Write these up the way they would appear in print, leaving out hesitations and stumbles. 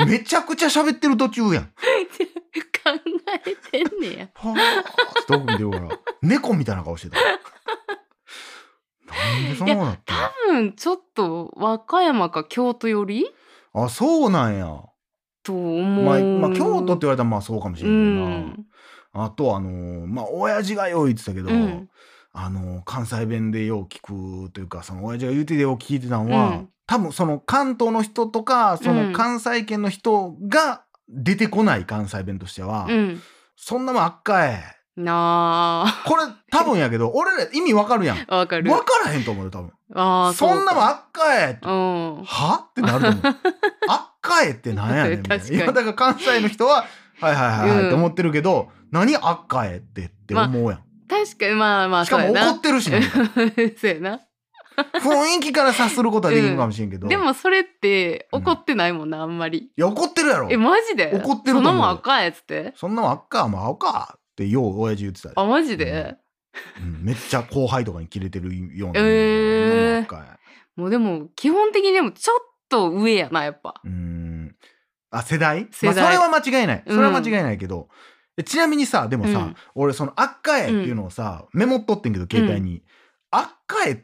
めちゃくちゃ喋ってる途中やん。 考えてんねや。 はぁ遠く見てるから猫みたいな顔してた。なんでそうなってんの。 多分ちょっと和歌山か京都よりあ、そうなんや。 と思う。 まあ京都って言われたらまあそうかもしれんけどな。あとまあ親父がよう言ってたけど、関西弁でよう聞くというか、その親父が言うてでよう聞いてたのは、多分その関東の人とかその関西圏の人が出てこない関西弁としては、そんなもんあっかえなあ。 これ多分やけど俺ら意味わかるやん。 わかる。 わからへんと思うよ多分。 あ、 そんなもんあっかえって、 うん、 はってなると思う。あっかえってなんやねんみたいな。いやだから関西の人ははいはいはいって思ってるけど、何あっかえって思うやん。 確かにまあまあしかも怒ってるしね。 そうやな。 雰囲気から察することはできるかもしれんけど、 でもそれって怒ってないもんな、あんまり。 いや怒ってるやろ。 マジで怒ってると思う。 そんなもんあっかえっつって。 そんなもんあっか、まああかってよう親父言ってた。 あ、マジで、 めっちゃ後輩とかにキレてるような。 もうでも基本的にでもちょっと上やなやっぱ。 あ、世代？まあそれは間違いない。それは間違いないけど、ちなみにさ、でもさ、俺そのあっかえっていうのをさ、メモっとってんけど携帯に。あっかえって、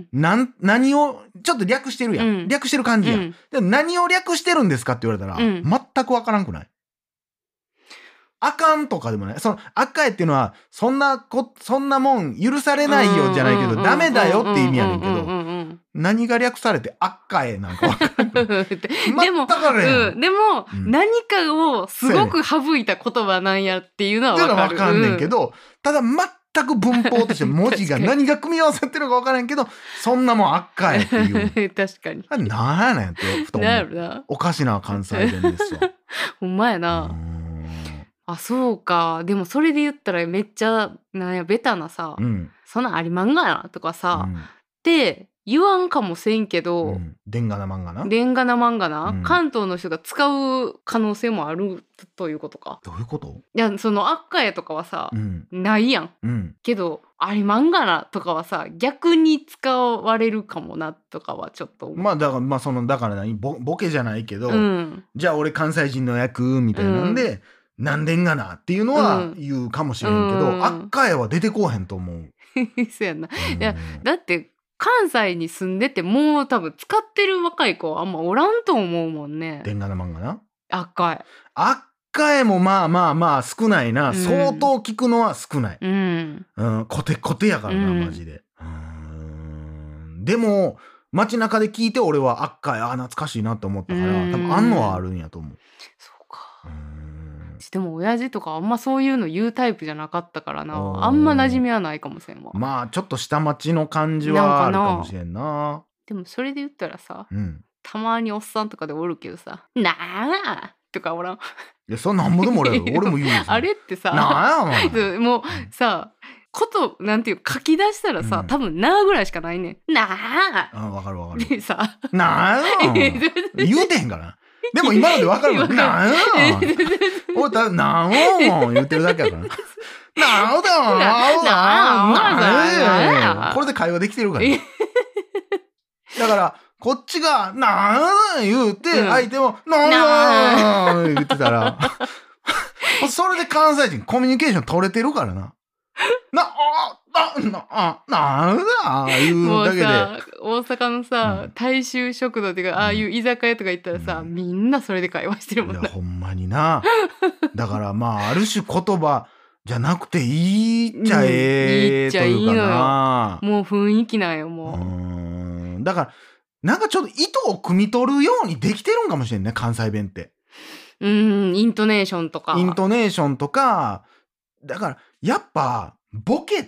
何をちょっと略してるやん。略してる感じやん。で何を略してるんですかって言われたら、全くわからんくない？あかんとかでもない。そのあっかえっていうのはそんなもん許されないよじゃないけど、ダメだよって意味やねんけど、何が略されてあっかえなんかわからん。 でも、何かをすごく省いた言葉なんやっていうのはわかんねんけど、ただ全く文法として文字が何が組み合わさってるか分からんけど、そんなもんあっかえっていう。 確かに。 なんやねんってふと思う。おかしな関西弁ですわ。 ほんまやな。あ、そうか。でもそれで言ったらめっちゃなんやベタなさ、そんなんありまんがなとかさ、って言わんかもせんけど、 でんがな漫画な。 でんがな漫画な、関東の人が使う可能性もあるということか。 どういうこと？ いや、そのあっかえとかはさ、ないやん。けどありまんがなとかはさ、逆に使われるかもなとかはちょっと。 まあだからだから何ボケじゃないけど、じゃあ俺関西人の役みたいなんで、なんでんがなっていうのは言うかもしれんけど、あっかえは出てこうへんと思う。 そうやな。いやだって関西に住んでてもう多分使ってる若い子あんまおらんと思うもんね。 でんがな漫画な。 あっかえ。 あっかえもまあ少ないな。相当聞くのは少ない。コテコテやからな、マジで。でも街中で聞いて俺はあっかえ懐かしいなって思ったから、多分あんのはあるんやと思う。 そうか。でも親父とかあんまそういうの言うタイプじゃなかったからな、あんま馴染みはないかもしれんわ。 まあちょっと下町の感じはあるかもしれんな。 でもそれで言ったらさ、たまにおっさんとかでおるけどさ「なあ」とかおらん。いやそんなんもでも俺も言うよ。 あれってさ、 なあもうさなんていう書き出したらさ、多分「なあ」ぐらいしかないねん。なあ。 わかるわかる。 でさ 「なあ」言うてへんからな。でも今のでわかるもん。なあ。俺ただなあ言ってるだけやから。なあだ。これで会話できてるから。だからこっちがなあ言うて相手もなあ言ってたら、それで関西人コミュニケーション取れてるからな。なんだ言うだけで。もうさ大阪のさ、大衆食堂っていうかああいう居酒屋とか行ったらさ、みんなそれで会話してるもんね。 いやほんまにな。だからまあある種言葉じゃなくていいっちゃええというかな。 もう雰囲気なんよもう。だからなんかちょっと意図を汲み取るようにできてるんかもしれんね、関西弁って。 イントネーションとか。 だからやっぱボケって、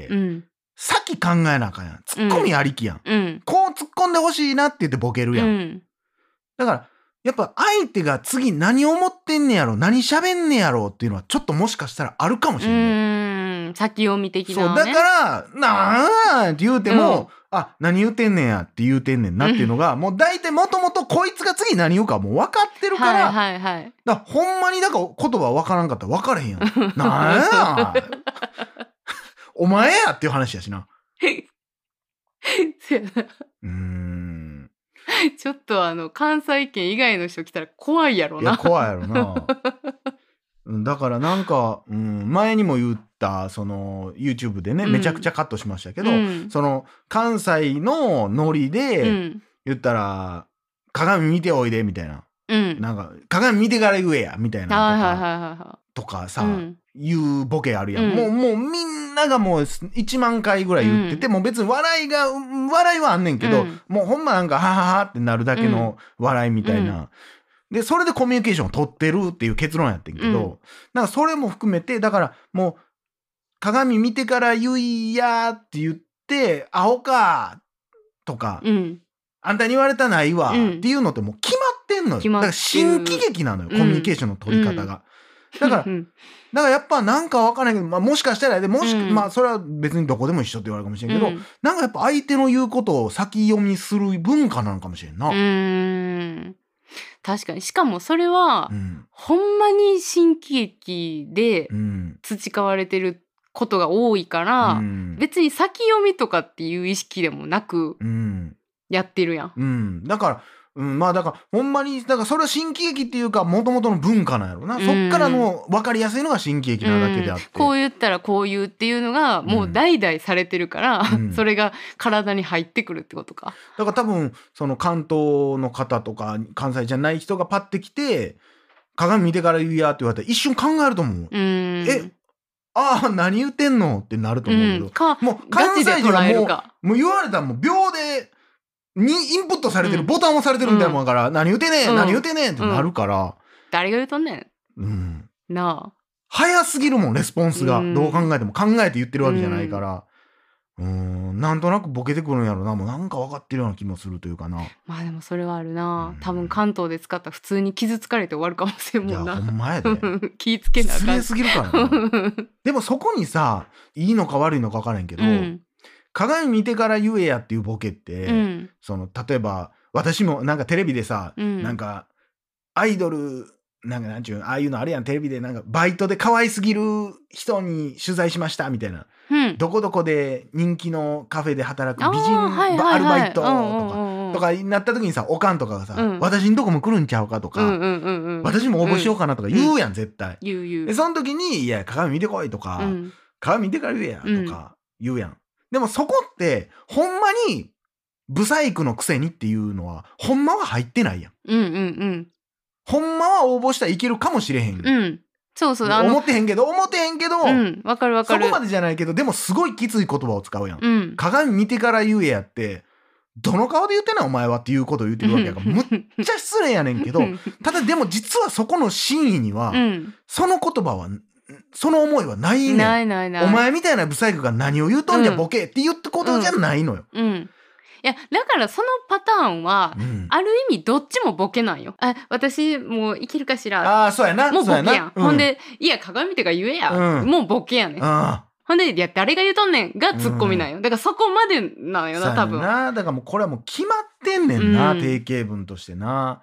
先考えなあかんやん。ツッコミありきやん。こう突っ込んでほしいなって言ってボケるやん。だからやっぱ相手が次何思ってんねやろ、何喋んねやろっていうのはちょっともしかしたらあるかもしれない。 先読み的な、 そうだからなあって言うても、何言うてんねんやって言うてんねんなっていうのが、もう大体もともとこいつが次何言うかもう分かってるから、だからほんまにだから言葉分からんかったら分からへんやん。なんやお前やっていう話やしな。 ちょっと関西圏以外の人来たら怖いやろいやな。 怖いやろな。だからなんか、前にも言ったその YouTube でね、めちゃくちゃカットしましたけど、その関西のノリで、言ったら鏡見ておいでみたいな、なんか鏡見てから言えやみたいなとかさ、言うボケあるやん。もうみんながもう1万回ぐらい言ってて、もう別に笑いはあんねんけど、もうほんまなんかはははってなるだけの笑いみたいな。で、それでコミュニケーションを取ってるっていう結論やってんけど、なんかそれも含めて、だからもう、鏡見てから言いやって言って、アホかとか、あんたに言われたないわっていうのってもう決まってんのよ。だから新喜劇なのよ、コミュニケーションの取り方が。だからやっぱなんかわからないけど、もしかしたらまあそれは別にどこでも一緒って言われるかもしれんけど、なんかやっぱ相手の言うことを先読みする文化なのかもしれんな。 確かに。しかもそれは、ほんまに新喜劇で培われてることが多いから、別に先読みとかっていう意識でもなくやってるやん。 だから、まあだからほんまに、だからそれは新喜劇っていうか元々の文化なんやろな。そっからの分かりやすいのが新喜劇なだけであって。 こう言ったらこう言うっていうのがもう代々されてるから、それが体に入ってくるってことか。 だから多分その関東の方とか関西じゃない人がパッて来て鏡見てから言うやって言われたら一瞬考えると思う。ああ何言ってんのってなると思うけど、もう関西人はもう言われたらもう秒でにインプットされてる、ボタン押されてるみたいなもんだから、何言うてねん、何言うてねんってなるから。 誰が言うとんねん。なあ。 早すぎるもん、レスポンスが。どう考えても考えて言ってるわけじゃないから。なんとなくボケてくるんやろな。もうなんか分かってるような気もするというかな。 まあでもそれはあるな。多分関東で使ったら普通に傷つかれて終わるかもしれんもんな。 いや、ほんまやで。 気ぃつけなあかん。 失礼すぎるからな。でもそこにさ、いいのか悪いのか分からんけど、鏡見てから言えやっていうボケって、その例えば私もなんかテレビでさ、なんかアイドルなんちゅうああいうのあるやん、テレビでなんかバイトで可愛すぎる人に取材しましたみたいな、どこどこで人気のカフェで働く美人アルバイトとかになった時にさ、おかんとかがさ、私んとこも来るんちゃうかとか、私も応募しようかなとか言うやん、絶対。でその時にいや鏡見てこいとか、鏡見てから言えやとか言うやん。でもそこってほんまにブサイクのくせにっていうのはほんまは入ってないやん。ほんまは応募したらいけるかもしれへん。 そうそう。 思ってへんけど。 わかるわかる。 そこまでじゃないけど、でもすごいきつい言葉を使うやん。鏡見てから言えやって、どの顔で言ってんのお前はっていうことを言ってるわけやから、むっちゃ失礼やねんけど、ただでも実はそこの真意には、その言葉は、その思いはないねん。 ない。 お前みたいなブサイクが何を言うとんじゃボケって言ったことじゃないのよ。 いや、だからそのパターンは、ある意味どっちもボケなんよ。私もういけるかしら。 そうやな。 もうボケやん。ほんで、いや、鏡見てから言えや。もうボケやねん。ほんで、いや、誰が言うとんねんがツッコミなんよ。だからそこまでなんよな、多分。 だからもうこれはもう決まってんねんな、定型文としてな。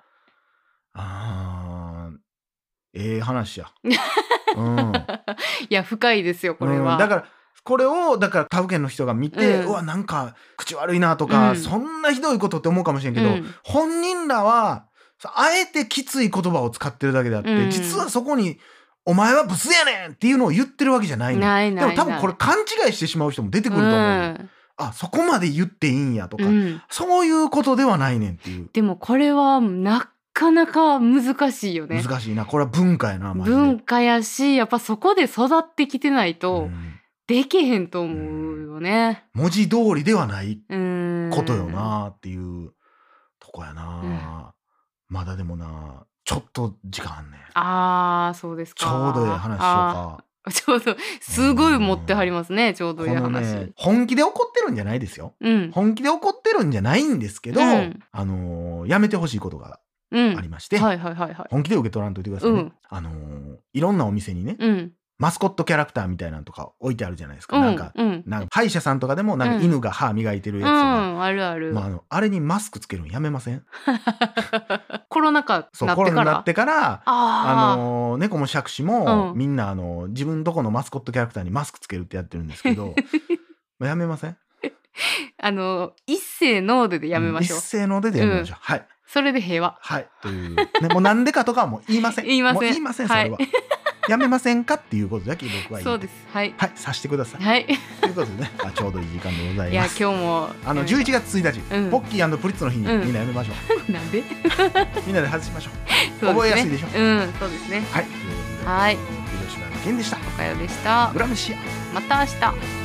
話や。 いや、深いですよ、これは。 だからこれを他府県の人が見て、うわなんか口悪いなとか、そんなひどいことって思うかもしれんけど、本人らはあえてきつい言葉を使ってるだけであって、実はそこにお前はブスやねんっていうのを言ってるわけじゃないの。でも多分これ勘違いしてしまう人も出てくると思う。そこまで言っていいんやとか、そういうことではないねんっていう。 でもこれはなかなか難しいよね。 難しいな。これは文化やな、マジで。 文化やし、やっぱそこで育ってきてないと、できへんと思うよね。 文字通りではないことよなっていうとこやな。まだでもな、ちょっと時間あんねん。そうですか。 ちょうどいい話しようか。 ちょうどすごい持ってはりますね、ちょうどいい話。 本気で怒ってるんじゃないですよ。本気で怒ってるんじゃないんですけど、やめてほしいことがありまして、本気で受け取らんといてくださいね。いろんなお店にね、マスコットキャラクターみたいなのとか置いてあるじゃないですか。なんか歯医者さんとかでもなんか犬が歯磨いてるやつが、 あるある。 あれにマスクつけるのやめません？ コロナ禍そう、コロナになってから猫も杓子もみんな自分とこのマスコットキャラクターにマスクつけるってやってるんですけどやめません？ 一斉ノーでやめましょう。 一斉ノーでやめましょう。はい。 それで平和。 はい。というね、もうなんでかとかはもう言いません。 言いません。 もう言いません、それは。やめませんかっていうことだけ僕は言う。 そうです。はい。 はい、さしてください。 はい。 ということでね、ちょうどいい時間でございます。 いや、今日も 11月1日、ポッキー&プリッツの日にみんなやめましょう。なんで？ みんなで外しましょう。覚えやすいでしょ。 うん、そうですね。 はい。ということで、 はい。 広島の健でした。 おかよでした。 グラメシア。 また明日。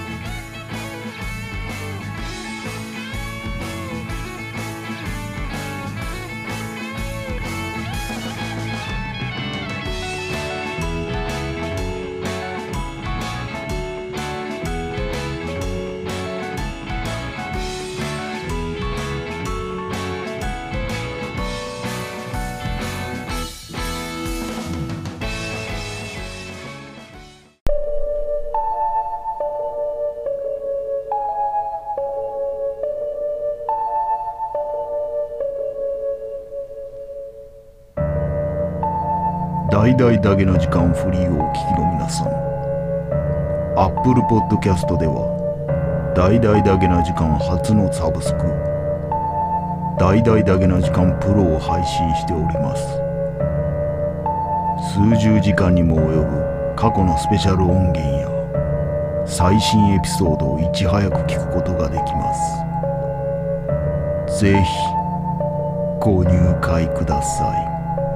大々だけの時間フリーをお聞きの皆さん、Apple Podcast では大々だけな時間初のサブスク、大々だけな時間プロを配信しております。数十時間にも及ぶ過去のスペシャル音源や最新エピソードをいち早く聞くことができます。ぜひご入会ください。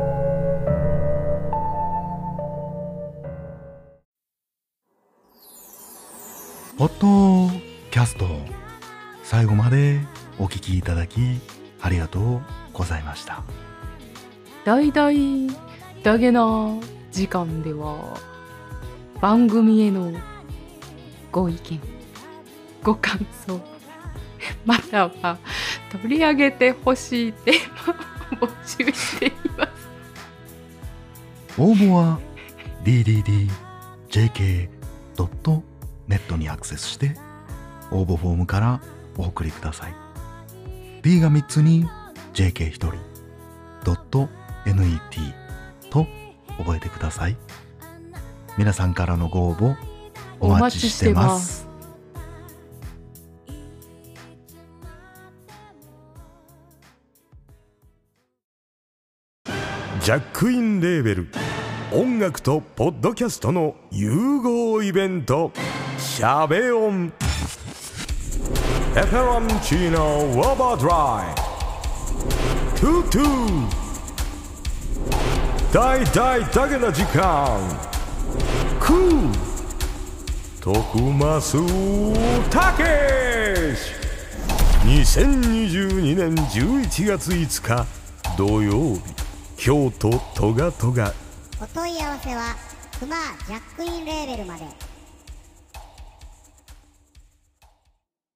ポッドキャスト、最後までお聞きいただきありがとうございました。 大々だけな時間では番組へのご意見、ご感想、または取り上げてほしいテーマを募集しています。 応募は dddjk.net にアクセスして応募フォームからお送りください。 D が3つに JK1 人 .net と覚えてください。皆さんからのご応募お待ちしてます。 ジャックインレーベル音楽とポッドキャストの融合イベント、シャベオンエフェロンチーノウォーバードライトゥトゥ大大だけな時間クー徳増たけし2022年11月5日土曜日、京都トガトガ。 お問い合わせはクマジャックインレーベルまで。